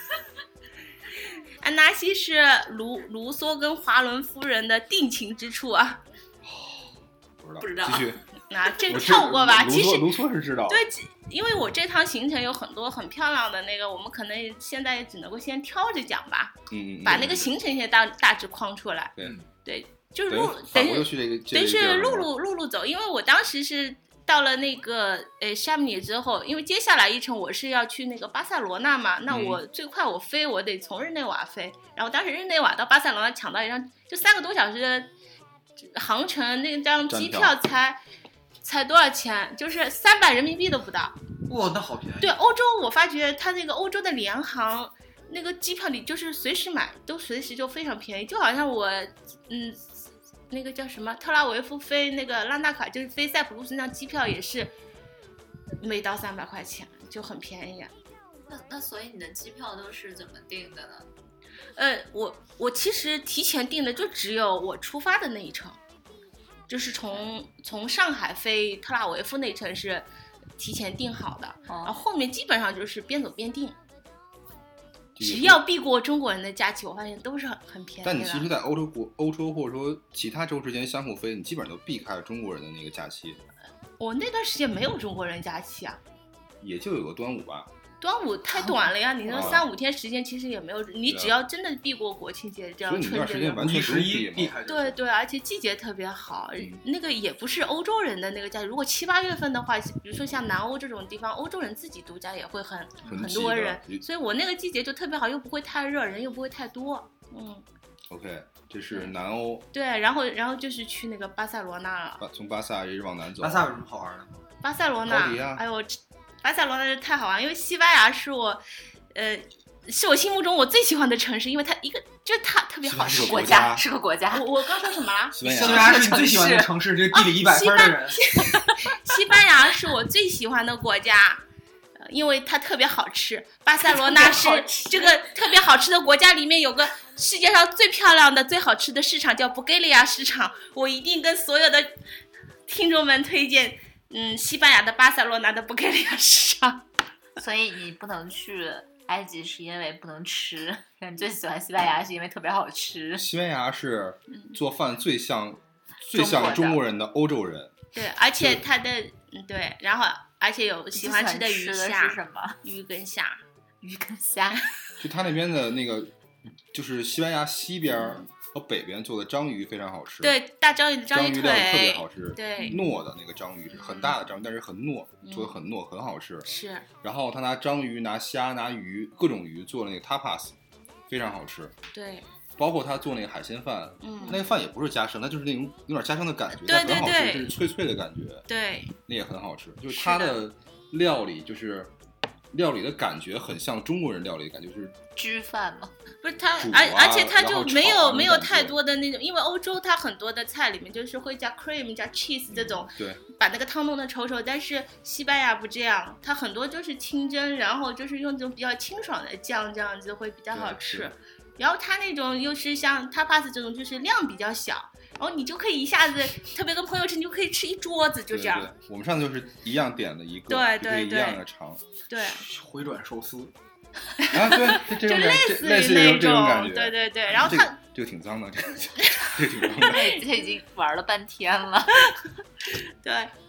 安纳西是卢卢梭跟华伦夫人的定情之处啊， 不知道， 不知道继续。 啊，这个我是跳过吧。其实卢梭卢梭是知道。 对，因为我这趟行程有很多很漂亮的那个，我们可能现在只能够先挑着讲吧， 嗯，嗯， 把那个行程先大大致框出来。 对对，就是等于路法等于国又去这个， 等于是陆路路陆路走，因为我当时是到了那个呃沙米之后，因为接下来一程我是要去那个巴塞罗那嘛，那嗯我最快我飞我得从日内瓦飞，然后当时日内瓦到巴塞罗那抢到一张就三个多小时的航程，那张机站票才才多少钱？就是三百人民币都不到。 哇，那好便宜。 对，欧洲我发觉它那个欧洲的联航那个机票里就是随时买都随时就非常便宜，就好像我嗯那个叫什么特拉维夫飞那个拉纳卡就是飞塞浦路斯那张机票也是没到三百块钱，就很便宜啊。 那那所以你的机票都是怎么订的呢？ 呃，我我其实提前订的就只有我出发的那一程，就是从从上海飞特拉维夫那一程是提前订好的， 哦然后后面基本上就是边走边订。 这个只要避过中国人的假期，我发现都是很很便宜的。 但你其实，在欧洲国、欧洲或者说其他州之间相互飞，你基本上都避开了中国人的那个假期， 我那段时间没有中国人假期啊， 也就有个端午吧。 端午太短了呀，你那啊三五天时间其实也没有，你对啊只要真的避过国庆节这样所以你那段时间春节的。 完全不用五一十一避嘛。 避开就行。 对对，而且季节特别好， 嗯那个也不是欧洲人的那个假期。如果七八月份的话，比如说像南欧这种地方，欧洲人自己度假也会很很很挤的多人也， 所以我那个季节就特别好，又不会太热，人又不会太多。嗯， OK， 这是南欧。 对，然后然后就是去那个巴塞罗那了。 从巴萨一直往南走。 巴萨有什么好玩的吗？ 巴塞罗那， 啊、 哎呦，巴塞罗那是太好玩，因为西班牙是我，呃，是我心目中我最喜欢的城市，因为它一个就是它特别好吃。 国家是个国家。 我我刚说什么了？ 西班牙是你最喜欢的城市，这地理一百分的人。 西班牙是我最喜欢的国家。因为它特别好吃，巴塞罗那是这个特别好吃的国家里面有个世界上最漂亮的、最好吃的市场，叫布盖利亚市场。我一定跟所有的听众们推荐，嗯，西班牙的巴塞罗那的布盖利亚市场。 所以你不能去埃及是因为不能吃，你最喜欢西班牙是因为特别好吃。 西班牙是做饭最像、嗯、最像中国人的欧洲人。 对，而且它的嗯对，然后。而且有喜欢吃的鱼虾， 是什么？ 鱼跟虾， 鱼跟虾。 就他那边的那个，就是西班牙西边和北边做的章鱼非常好吃。 对，大章鱼的章鱼腿特别好吃。 对， 糯的那个章鱼是很大的章鱼，但是很糯，做的很糯，很好吃。 是。 然后他拿章鱼、拿虾、拿鱼各种鱼做的那个 tapas， 非常好吃。 对。 包括他做那个海鲜饭，嗯，那个饭也不是加生，它就是那种有点加生的感觉， 对对对， 很好吃，就是脆脆的感觉， 对， 那也很好吃。就是它的料理，就是料理的感觉很像中国人料理的感觉，就是焗饭嘛， 不是它， 啊、 而而且它就没有没有太多的那种，因为欧洲它很多的菜里面就是会加 cream 加 cheese 这种， 嗯、对， 把那个汤弄得稠稠。但是西班牙不这样，它很多就是清蒸，然后就是用这种比较清爽的酱，这样子会比较好吃。然后它那种又是像 tapas 这种，就是量比较小，然后你就可以一下子，特别跟朋友吃，你就可以吃一桌子，就这样。 对对对，我们上次就是一样点了一个， 对对对， 一样的尝。 对， 回转寿司。 啊，对，这种就类似于那种感觉。 对对对，然后它、 这个、这个挺脏的，这个这个挺脏的。 这已经玩了半天了。 对。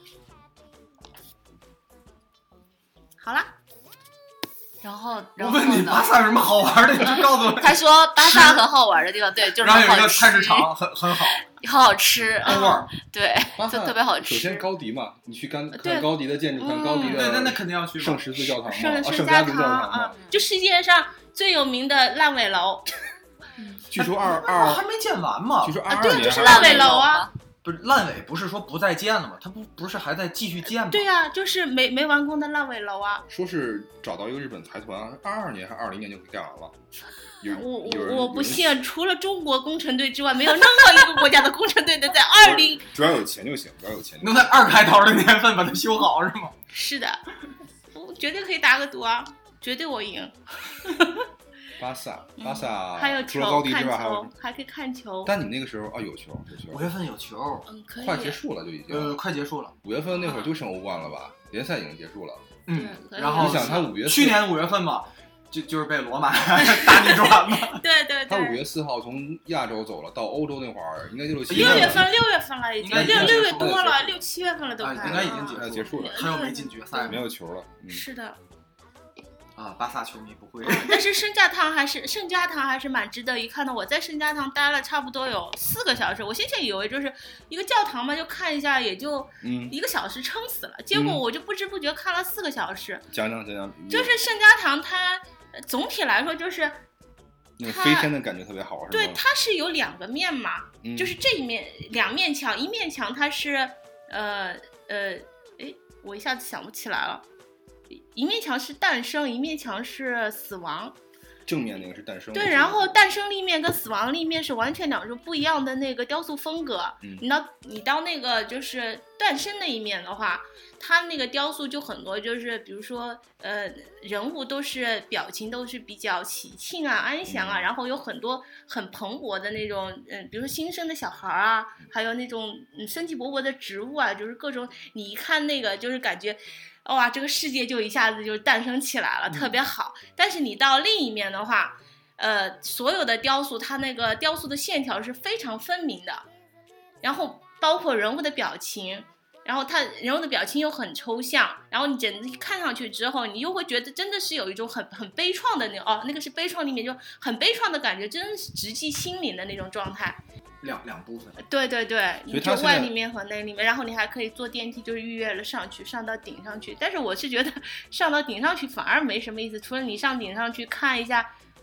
好啦。 然后， 我问你巴萨有什么好玩的，你就告诉我。 他说巴萨很好玩的地方，对，就是然后有一个菜市场很很好， 很好吃， 很味儿， 对，就特别好吃。 首先高迪嘛，你去看看高迪的建筑，看高迪的， 对，那那肯定要去圣十字教堂嘛， 圣圣家堂啊，就世界上最有名的烂尾楼。 据说二二还没建完嘛？ 据说二二年就是烂尾楼啊。 不是烂尾，不是说不再建了吗？它不不是还在继续建吗？ 对呀、啊，就是没没完工的烂尾楼啊。 说是找到一个日本财团，二二年还二零年就盖完了。 我我我不信，除了中国工程队之外，没有任何一个国家的工程队能在二零主要有钱就行，主要有钱能在二开头的年份把它修好是吗？ 是的，我绝对可以打个赌啊，绝对我赢。 巴萨，巴萨、 嗯、还有除了高迪之外还有还可以看球。 但你那个时候啊、哦、有球，有球。 五月份有球， 嗯，可以。 快结束了就已经。 呃，快结束了。 五月份那会儿就剩欧冠了吧？联赛已经结束了。 嗯，然后你想他五月去年五月份嘛，就就是被罗马大逆转嘛。 对对对。 他五月四号从亚洲走了，到欧洲那会儿应该就是六月份，六月份了已经，六六月多了，六七月份了都快。 应该已经结束了， 他又没进决赛， 没有球了。 嗯、是的。 啊，巴萨球迷不会。 但是圣家堂还是圣家堂还是蛮值得一看的。我在圣家堂待了差不多有四个小时，我先前以为就是一个教堂嘛，就看一下也就一个小时撑死了，嗯、结果我就不知不觉看了四个小时。 讲讲讲讲。 就是圣家堂它总体来说就是那种飞天的感觉特别好，是吧？ 对，它是有两个面嘛， 嗯、 就是这一面两面墙，一面墙它是呃呃，哎，我一下子想不起来了。一面墙是诞生，一面墙是死亡。 正面那个是诞生。 对，然后诞生立面跟死亡立面是完全两种不一样的那个雕塑风格。 嗯、 你到你到那个就是诞生那一面的话，它那个雕塑就很多，就是比如说呃人物都是表情都是比较喜庆啊、安详啊， 嗯、 然后有很多很蓬勃的那种，嗯、呃，比如说新生的小孩啊，还有那种嗯生机勃勃的植物啊，就是各种你一看那个就是感觉。哇，这个世界就一下子就诞生起来了，嗯、特别好。但是你到另一面的话，呃，所有的雕塑，它那个雕塑的线条是非常分明的，然后包括人物的表情，然后它人物的表情又很抽象，然后你整体看上去之后，你又会觉得真的是有一种很很悲怆的那哦，那个是悲怆里面就很悲怆的感觉，真的是直击心灵的那种状态。 两两部分， 对对对，你就外立面和内立面，然后你还可以坐电梯，就是预约了上去，上到顶上去。但是我是觉得上到顶上去反而没什么意思，除了你上顶上去看一下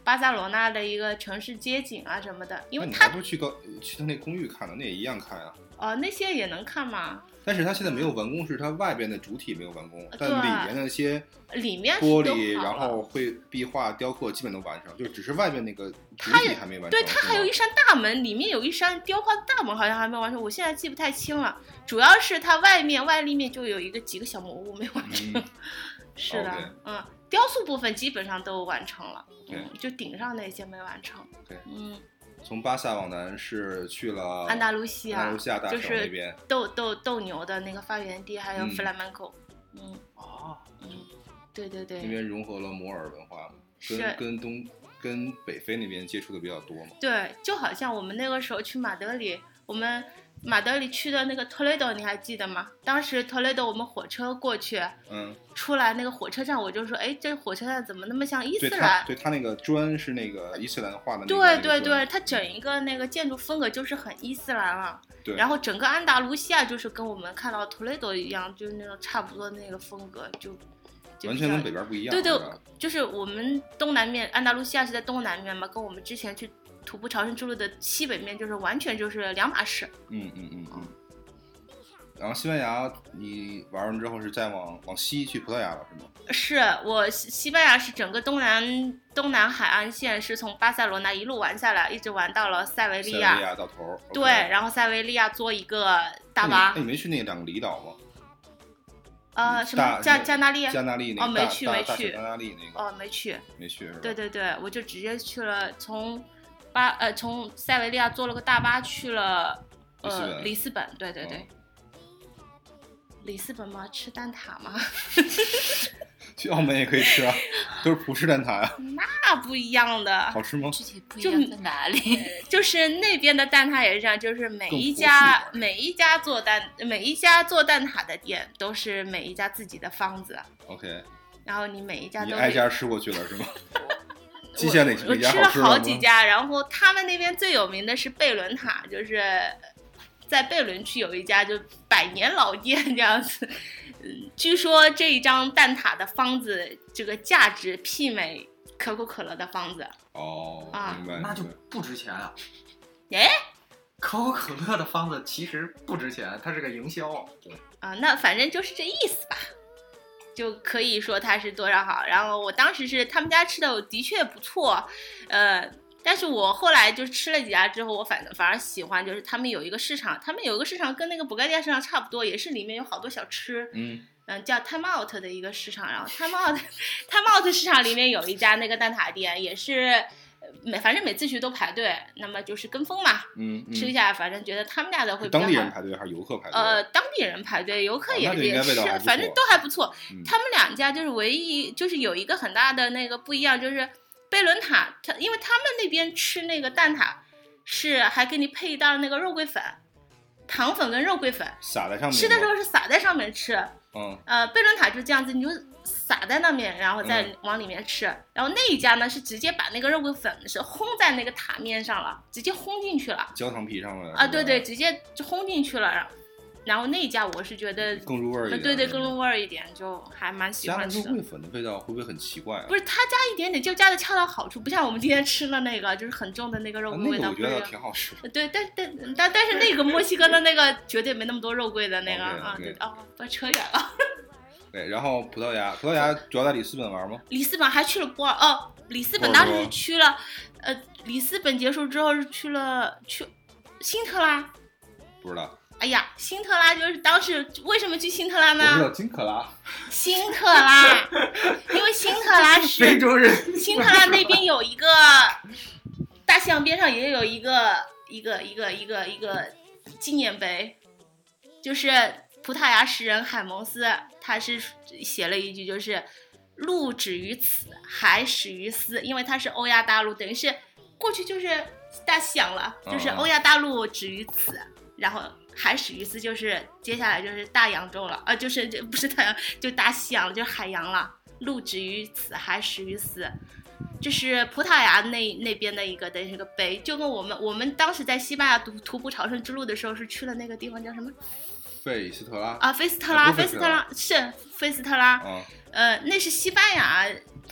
巴塞罗那的一个城市街景啊什么的，因为那它你还不去高去他那公寓看呢？那也一样看啊。 哦，那些也能看吗？ 但是它现在没有完工，是它外边的主体没有完工，但里面的那些里面玻璃，然后绘壁画、雕刻基本都完成，就只是外面那个主体还没完成。 对，它还有一扇大门，里面有一扇雕刻的大门，好像还没完成，我现在记不太清了。主要是它外面外立面就有一个几个小木屋没完成。嗯、是的， okay. 嗯，雕塑部分基本上都完成了， 嗯， 就顶上那些没完成。 对， 嗯。 从巴萨往南是去了安达卢西亚， 安达卢西亚大省那边， 就是斗斗斗牛的那个发源地，还有弗兰曼口。嗯， 哦， 嗯，对对对， 那边融合了摩尔文化嘛，跟跟东跟北非那边接触的比较多嘛。 对，就好像我们那个时候去马德里，我们马德里去的那个托雷多，你还记得吗？当时托雷多我们火车过去， 嗯， 出来那个火车站，我就说，哎，这火车站怎么那么像伊斯兰？ 对它，对它那个砖是那个伊斯兰化的那个。 对对对，它整一个那个建筑风格就是很伊斯兰了。 对。 然后整个安达卢西亚就是跟我们看到托雷多一样，就是那种差不多那个风格，就。就完全跟北边不一样。 对对，就是我们东南面，安达卢西亚是在东南面嘛，跟我们之前去徒步朝圣之路的西北面就是完全就是两码事。 嗯嗯嗯嗯。然后西班牙你玩完之后是再往往西去葡萄牙了是吗？ 是我西班牙是整个东南东南海岸线是从巴塞罗那一路玩下来，一直玩到了塞维利亚。 塞维利亚到头。 对， okay. 然后塞维利亚坐一个大巴。 那 你, 那你没去那两个离岛吗？ 呃，什么加加纳利？ 加纳利那个哦，没去没去。 加纳利那个哦，没去。 没去是吧？ 对对对，我就直接去了，从巴呃从塞维利亚坐了个大巴去了呃里斯本。对对对。哦，里斯本吗？吃蛋挞吗？ 去澳门也可以吃啊，都是葡式蛋挞呀。 那不一样的。 好吃吗？ 具体不一样在哪里？ 就是那边的蛋挞也是这样，就是每一家每一家做蛋每一家做蛋挞的店都是每一家自己的方子。 OK。 然后你每一家都你挨家吃过去了是吗？蓟县哪我吃了好几家，然后他们那边最有名的是贝伦塔，就是在贝伦区有一家就百年老店这样子。嗯，据说这一张蛋挞的方子这个价值媲美可口可乐的方子。 哦， 啊， 明白， 那就不值钱啊。 哎， 可口可乐的方子其实不值钱，它是个营销。对啊，那反正就是这意思吧。就可以说它是多少好，然后我当时是他们家吃的的确不错，呃，但是我后来就吃了几家之后，我反反而喜欢就是他们有一个市场，他们有一个市场跟那个补盖店市场差不多，也是里面有好多小吃， 嗯嗯、呃，叫 Time Out 的一个市场，然后 Time Out Time Out 市场里面有一家那个蛋挞店，也是每反正每次去都排队，那么就是跟风嘛， 嗯，嗯吃一下，反正觉得他们家的会比较好。 当地人排队还是游客排队？ 呃，当地人排队，游客也哦、 也是，反正都还不错。 嗯、 他们两家就是唯一就是有一个很大的那个不一样，就是贝伦塔，他因为他们那边吃那个蛋挞是还给你配一袋那个肉桂粉，糖粉跟肉桂粉撒在上面， 吃的时候是撒在上面吃。 嗯， 呃，贝伦塔就这样子，你就撒在那面，然后再往里面吃。嗯、然后那一家呢是直接把那个肉桂粉是烘在那个塔面上了，直接烘进去了， 焦糖皮上了啊，对对，直接就烘进去了。然后那一家我是觉得更入味儿一点， 对对，更入味儿一点，就还蛮喜欢吃的。 加了肉桂粉的味道会不会很奇怪啊？ 不是，它加一点点就加的恰到好处，不像我们今天吃的那个就是很重的那个肉桂味道。 啊、那个我觉得挺好吃的。 对，但但但但是那个墨西哥的那个绝对没那么多肉桂的那个 okay, okay. 啊，对哦，不扯远了。 对，然后葡萄牙，葡萄牙主要在里斯本玩吗？ 里斯本还去了波尔哦，里斯本当时是去了，呃，里斯本结束之后是去了去辛特拉， 不知道。 哎呀，辛特拉就是当时为什么去辛特拉呢？ 我知道金克拉。 辛特拉，因为辛特拉是非洲人。 辛特拉那边有一个大西洋边上也有一个一个一个一个一个纪念碑，就是葡萄牙诗人海蒙斯，他是写了一句，就是路止于此，海始于斯，因为他是欧亚大陆，等于是过去就是大西洋了，就是欧亚大陆止于此，然后海始于斯就是接下来就是大洋洲了，呃，就是不是大洋，就大西洋了，就是海洋了。路止于此，海始于斯，这是葡萄牙那那边的一个等于是个碑，就跟我们我们当时在西班牙徒徒步朝圣之路的时候是去了那个地方叫什么？ 费斯特拉啊，菲斯特拉，菲斯特拉是菲斯特拉， 嗯， 呃，那是西班牙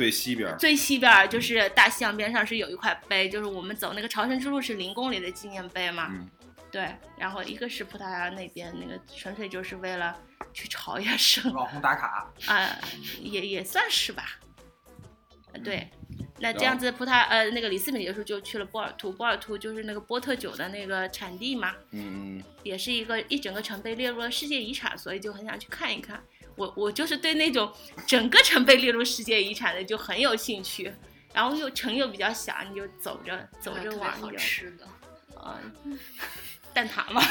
对西边， 最西边就是大西洋边上是有一块碑，就是我们走那个朝圣之路是零公里的纪念碑嘛。 嗯， 对，然后一个是葡萄牙那边那个纯粹就是为了去朝一下圣网红打卡啊、呃，也也算是吧。对， 嗯、 那这样子葡萄呃那个里斯本结束就去了波尔图，波尔图就是那个波特酒的那个产地嘛。 嗯嗯， 也是一个一整个城被列入了世界遗产，所以就很想去看一看。我我就是对那种整个城被列入世界遗产的就很有兴趣，然后又城又比较小，你就走着走着玩好就。 吃的， 嗯，蛋挞嘛，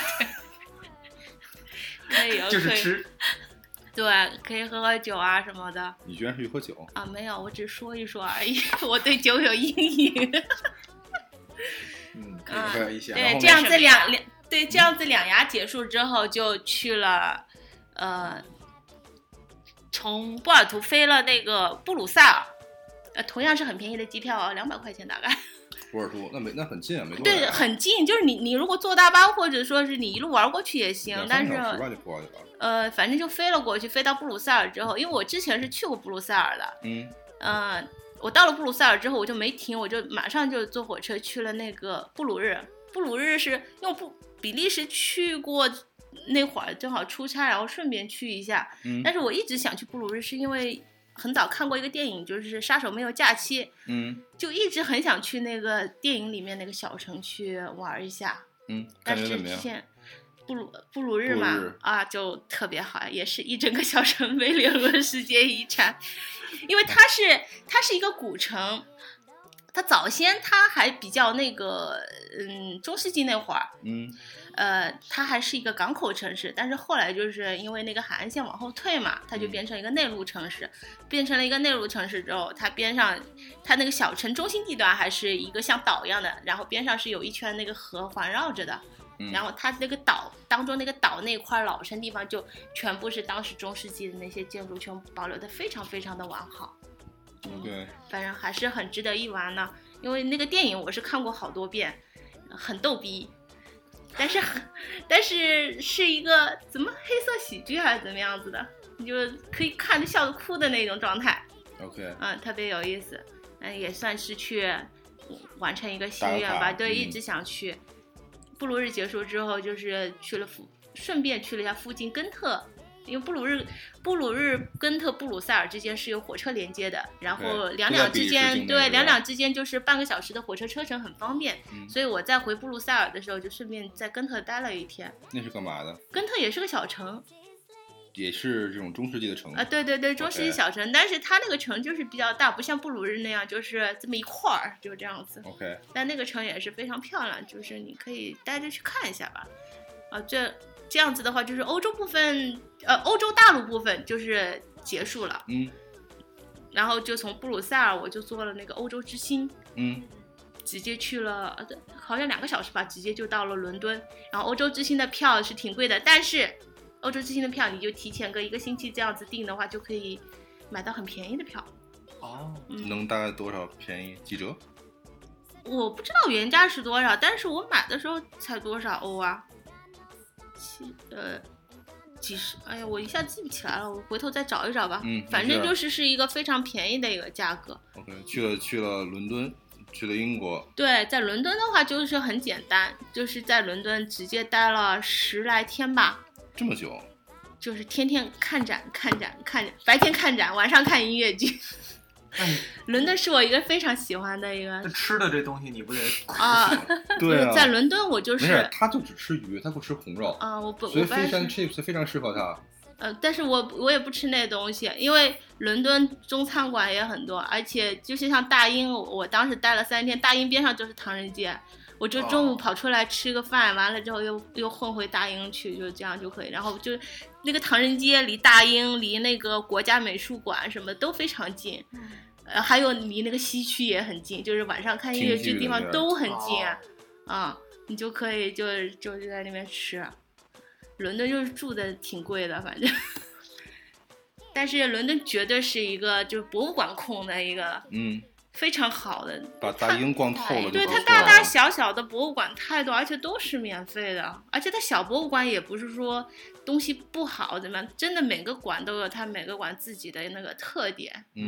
可以有就是吃， 对，可以喝喝酒啊什么的。 你居然是去喝酒啊？没有，我只说一说而已。我对酒有阴影。 嗯， 可以喝一些。 对，这样子两两对这样子两牙结束之后，就去了，呃。从波尔图飞了那个布鲁塞尔，呃，同样是很便宜的机票哦，两百块钱大概。 波尔图那没那很近啊，没多对，很近，就是你你如果坐大巴或者说是你一路玩过去也行，但是呃，反正就飞了过去，飞到布鲁塞尔之后，因为我之前是去过布鲁塞尔的， 嗯， 呃，我到了布鲁塞尔之后我就没停，我就马上就坐火车去了那个布鲁日，布鲁日是因为布比利时去过。那会儿正好出差，然后顺便去一下。 嗯， 但是我一直想去布鲁日，是因为很早看过一个电影，就是《杀手没有假期》。 嗯， 就一直很想去那个电影里面那个小城去玩一下。 嗯， 但是之前布鲁布鲁日嘛，啊，就特别好，也是一整个小城被列入了世界遗产，因为它是它是一个古城。它早先它还比较那个，嗯，中世纪那会儿， 嗯， 呃，它还是一个港口城市，但是后来就是因为那个海岸线往后退嘛，它就变成一个内陆城市，嗯、变成了一个内陆城市之后，它边上，它那个小城中心地段还是一个像岛一样的，然后边上是有一圈那个河环绕着的， 嗯、 然后它那个岛当中那个岛那块老城地方就全部是当时中世纪的那些建筑，全部保留的非常非常的完好。 嗯，对， 反正还是很值得一玩呢。因为那个电影我是看过好多遍，很逗逼，但是很，但是是一个怎么黑色喜剧还是怎么样子的，你就可以看着笑着哭的那种状态。 OK， 嗯，特别有意思，嗯，也算是去完成一个心愿吧。对， 嗯、 一直想去。布鲁日结束之后，就是去了附，顺便去了一下附近根特。因为布鲁日、布鲁日根特布鲁塞尔之间是有火车连接的，然后两两之间，对，两两之间就是半个小时的火车车程，很方便。 嗯、 所以我在回布鲁塞尔的时候，就顺便在根特待了一天。 那是干嘛的？ 根特也是个小城， 也是这种中世纪的城啊，对对对，中世纪小城， okay. 但是它那个城就是比较大，不像布鲁日那样就是这么一块儿，就这样子。 OK， 但那个城也是非常漂亮，就是你可以待着去看一下吧。啊，这。这样子的话，就是欧洲部分，呃，欧洲大陆部分就是结束了。 嗯。 然后就从布鲁塞尔，我就坐了那个欧洲之星。 嗯。 直接去了，呃，好像两个小时吧，直接就到了伦敦。然后欧洲之星的票是挺贵的，但是欧洲之星的票你就提前个一个星期这样子订的话，就可以买到很便宜的票。 哦。嗯、能大概多少便宜？几折？ 我不知道原价是多少，但是我买的时候才多少欧啊？七呃几十，哎呀，我一下记不起来了，我回头再找一找吧。 嗯， 反正就是是一个非常便宜的一个价格。 OK， 去了去了伦敦，去了英国。 对，在伦敦的话就是很简单，就是在伦敦直接待了十来天吧。 这么久？ 就是天天看展看展看展，白天看展，晚上看音乐剧。伦敦是我一个非常喜欢的一个。 吃的这东西你不得啊？ 对啊， 在伦敦我就是， 没事，他就只吃鱼，他不吃红肉啊。我不， 所以 fish and chips 非常适合他。 呃，但是我我也不吃那东西，因为伦敦中餐馆也很多，而且就是像大英，我当时待了三天，大英边上就是唐人街，我就中午跑出来吃个饭，哦、完了之后又又混回大英去，就这样就可以。然后就那个唐人街离大英、离那个国家美术馆什么都非常近，呃，还有离那个西区也很近，就是晚上看音乐剧地方都很近啊，啊、嗯，你就可以就就就在那边吃。伦敦就是住的挺贵的，反正，但是伦敦绝对是一个就是博物馆控的一个， 嗯， 非常好的， 把大英逛透了就。 对，它大大小小的博物馆太多，而且都是免费的，而且它小博物馆也不是说东西不好怎么样，真的每个馆都有它每个馆自己的那个特点。 嗯，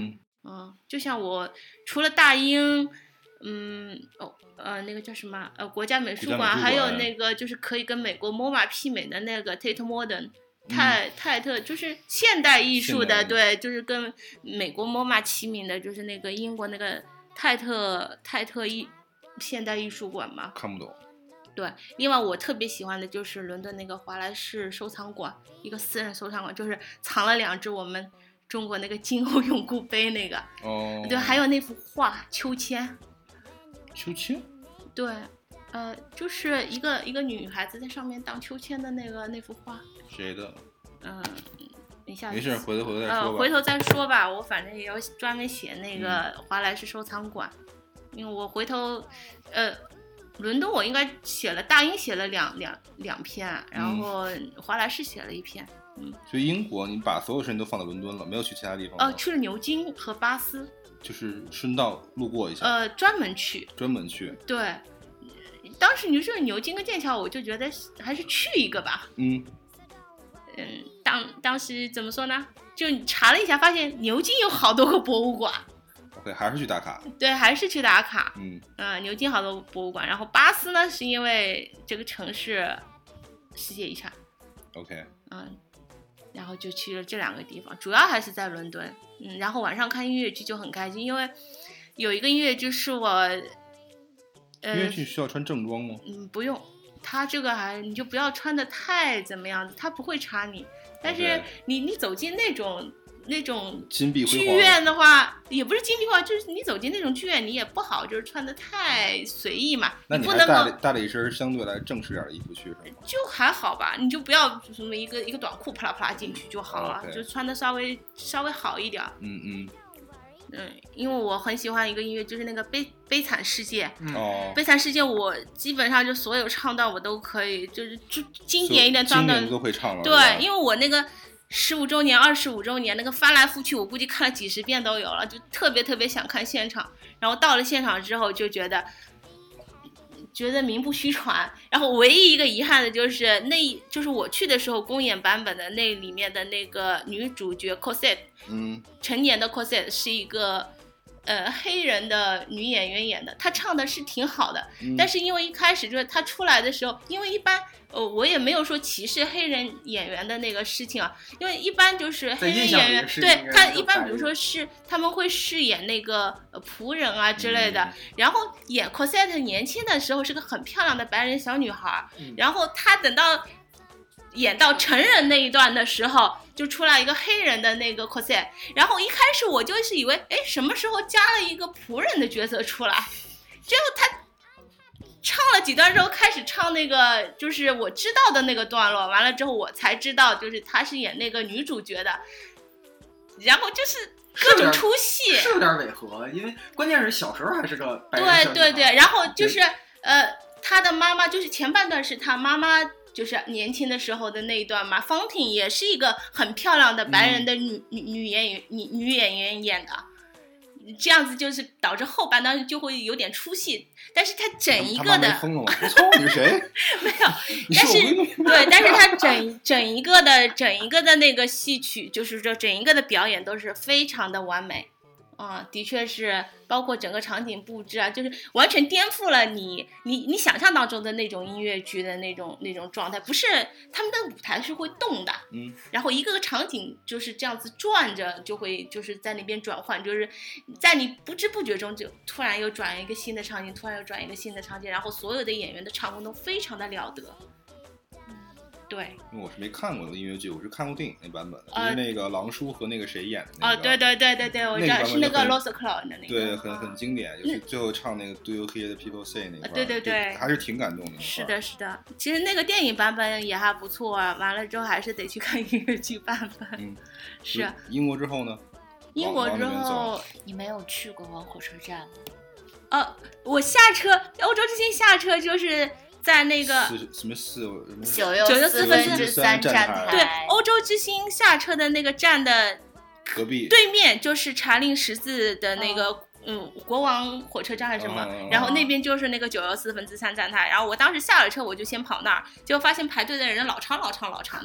嗯，就像我除了大英，嗯，哦，呃，那个叫什么？呃，国家美术馆， 国家美术馆还有那个就是可以跟美国 M O M A 媲美的那个 Tate Modern。泰泰特就是现代艺术的，对，就是跟美国 M O M A 齐名的，就是那个英国那个泰特泰特艺现代艺术馆嘛。 看不懂。 对，另外我特别喜欢的就是伦敦那个华莱士收藏馆，一个私人收藏馆，就是藏了两只我们中国那个金瓯永固杯那个。 哦。 对，还有那幅画秋千。 秋千。 对。呃，就是一个一个女孩子在上面荡秋千的那个那幅画。 谁的？ 嗯，一下没事，回头回头再说吧。 呃，回头再说吧。我反正也要专门写那个华莱士收藏馆，嗯、因为我回头，呃，伦敦我应该写了，大英写了两两两篇，然后华莱士写了一篇。嗯。 所以英国，你把所有事情都放到伦敦了，没有去其他地方？ 呃，去了牛津和巴斯。 就是顺道路过一下。 呃，专门去。 专门去。 对。当时你说牛津跟剑桥，我就觉得还是去一个吧。 嗯嗯，当当时怎么说呢？就查了一下，发现牛津有好多个博物馆。 OK， 还是去打卡。 对，还是去打卡。 嗯呃，牛津好多博物馆，然后巴斯呢，是因为这个城市世界遗产。 OK。 嗯，然后就去了这两个地方，主要还是在伦敦。嗯，然后晚上看音乐剧就很开心，因为有一个音乐剧是我。 音乐剧需要穿正装吗？ 嗯，不用，他这个还你就不要穿的太怎么样子，他不会插你。但是你、okay. 你走进那种那种金碧辉煌剧院的话，也不是金碧辉煌，就是你走进那种剧院，你也不好就是穿的太随意嘛。 那你不能带带了一身相对来正式点的衣服去是吗？ 就还好吧，你就不要什么一个一个短裤啪啦啪啦进去就好了， okay. 就穿的稍微稍微好一点。 嗯嗯。 嗯，因为我很喜欢一个音乐，就是那个悲悲惨世界。 哦、嗯， 悲惨世界，我基本上就所有唱段我都可以，就是就经典一点唱段都会唱了。 对，因为我那个十五周年、二十五周年那个翻来覆去，我估计看了几十遍都有了，就特别特别想看现场。然后到了现场之后，就觉得觉得名不虚传。然后唯一一个遗憾的就是，那就是我去的时候公演版本的那里面的那个女主角 Cosette。 嗯， 成年的 Cosette 是一个呃黑人的女演员演的，她唱的是挺好的、嗯、但是因为一开始就是她出来的时候，因为一般呃我也没有说歧视黑人演员的那个事情啊，因为一般就是黑人演员对她一般比如说是他们会饰演那个、呃、仆人啊之类的、嗯、然后演 Cosette 年轻的时候是个很漂亮的白人小女孩、嗯、然后她等到演到成人那一段的时候，就出来一个黑人的那个 Cosette， 然后一开始我就是以为，哎，什么时候加了一个仆人的角色出来？结果他唱了几段之后，开始唱那个就是我知道的那个段落，完了之后我才知道，就是他是演那个女主角的，然后就是各种出戏， 是有点违和，因为关键是小时候还是个白人对对对，然后就是呃，他的妈妈就是前半段是他妈妈。就是年轻的时候的那一段嘛，方婷也是一个很漂亮的白人的女、嗯、女女演员女女演员演的，这样子就是导致后半段就会有点出戏，但是她整一个的， 他妈没疯了吗？我操，你是谁？ 没有，但是对，但是她整整一个的整一个的那个戏曲，就是说整一个的表演都是非常的完美。啊、嗯，的确是，包括整个场景布置啊，就是完全颠覆了你你你想象当中的那种音乐剧的那种那种状态。不是他们的舞台是会动的， 嗯， 然后一个个场景就是这样子转着，就会就是在那边转换，就是在你不知不觉中就突然又转一个新的场景，突然又转一个新的场景，然后所有的演员的唱功都非常的了得。对， 因为我是没看过的音乐剧，我是看过电影那版本的，呃、就是那个狼叔和那个谁演的那个。 哦，对对对对对，我知道是那个 Lost Cloud 的那个。 对，很很经典，就是最后唱那个 Do you hear the people say 那个。 对对对， 还是挺感动的。 是的，是的，其实那个电影版本也还不错啊。完了之后还是得去看音乐剧版本。嗯，是。 英国之后呢？ 英国之后， 你没有去过往火车站吗？ 呃，我下车，欧洲之星下车就是。在那个什么四九又四分之三站台， 对，欧洲之星下车的那个站的隔壁对面就是查令十字的那个、哦、嗯国王火车站还是什么、哦，然后那边就是那个九又四分之三站台，然后我当时下了车我就先跑那儿，结果发现排队的人老长老长老长的，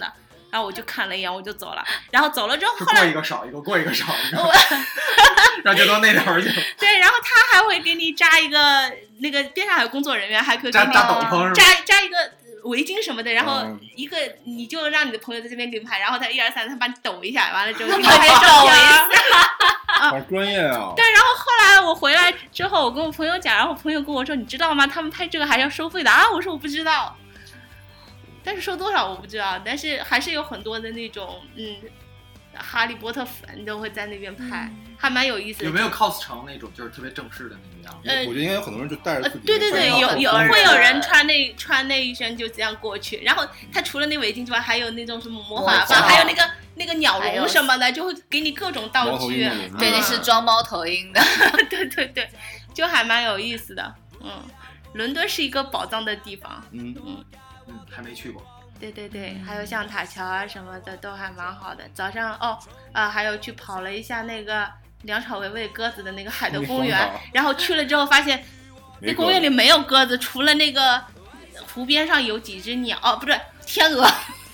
然后我就看了一眼，我就走了。然后走了之后， 是后来过一个少一个，过一个少一个，然后就到那头去。 对，然后他还会给你扎一个那个边上还有工作人员，还可以给扎你扎斗篷是吧？ 扎扎一个围巾什么的，然后嗯一个你就让你的朋友在这边给你拍，然后他一二三，他把你抖一下，完了之后给你还拍照片。 好专业啊！ 对，然后后来我回来之后，我跟我朋友讲，然后我朋友跟我说，你知道吗？他们拍这个还要收费的啊！我说我不知道，但是收多少我不知道，但是还是有很多的那种嗯，哈利波特粉都会在那边拍， 嗯还蛮有意思的。 有没有 cos 成那种就是特别正式的那个样子？ 呃我觉得应该有很多人就带着呃自己， 对对对，有有会会有人穿那穿那一身就这样过去，然后他除了那围巾之外，还有那种什么魔法棒， 魔法还有那个那个鸟还有笼什么的，就会给你各种道猫头具。 鹰的笼子对，那是装猫头鹰的。 对对对，就还蛮有意思的。嗯，伦敦是一个宝藏的地方。 嗯， 嗯， 嗯，还没去过。 对对对，还有像塔桥啊什么的都还蛮好的。早上哦啊、还有去跑了一下那个梁朝伟喂鸽子的那个海德公园那广场， 然后去了之后发现没那公园里没有鸽子，除了那个湖边上有几只鸟，哦，不对，天鹅。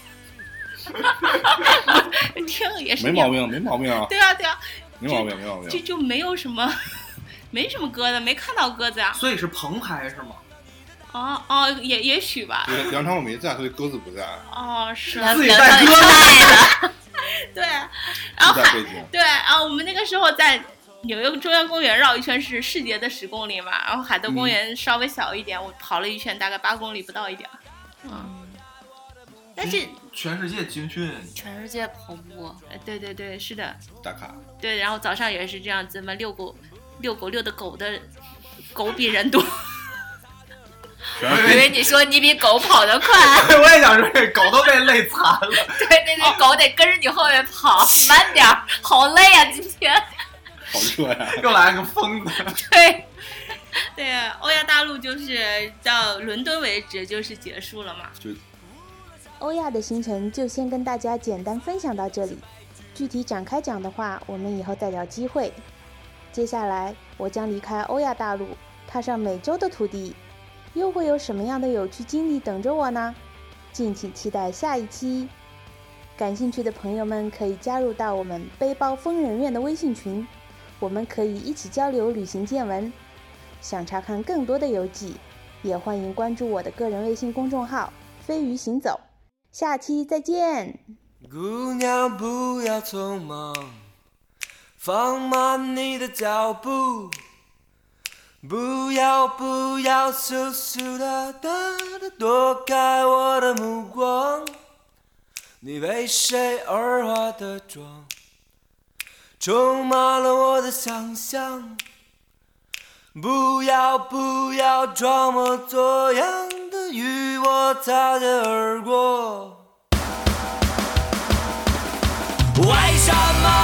天鹅也是鸟没毛。病，没毛病啊， 对啊对啊， 没毛病，没毛病。 就就没有什么，没什么鸽子，没看到鸽子啊。 所以是棚拍是吗？ 哦哦，也也许吧。 对，梁朝伟没在，所以鸽子不在， 哦，是啊， 梁自己梁朝伟带鸽子太了， 对，然后还自带背景。 对，然后我们那个时候在纽约中央公园绕一圈是世界的十公里嘛，然后海德公园稍微小一点，我跑了一圈大概八公里不到一点。嗯，但是全世界军训， 全世界跑步， 呃对对对，是的， 打卡， 对，然后早上也是这样子嘛，遛狗，遛狗遛的狗的狗比人多。 我以全是为你说你比狗跑得快， 我也想说，这狗都被累惨了。 对，那那狗得跟着你后面跑，慢点儿，好累啊，今天。 好热呀！ 又来个疯子， 对， 对，欧亚大陆就是到伦敦为止就是结束了嘛。 欧亚的行程就先跟大家简单分享到这里，具体展开讲的话，我们以后再找机会。接下来我将离开欧亚大陆，踏上美洲的土地，又会有什么样的有趣经历等着我呢？敬请期待下一期。感兴趣的朋友们可以加入到我们背包疯人院的微信群，我们可以一起交流旅行见闻。想查看更多的游记，也欢迎关注我的个人微信公众号飞鱼行走。下期再见。 姑娘不要匆忙，放慢你的脚步，不要不要羞羞答答的躲开我的目光，你为谁而化的妆，充满了我的想象，不要不要装模作样的与我擦肩而过，为什么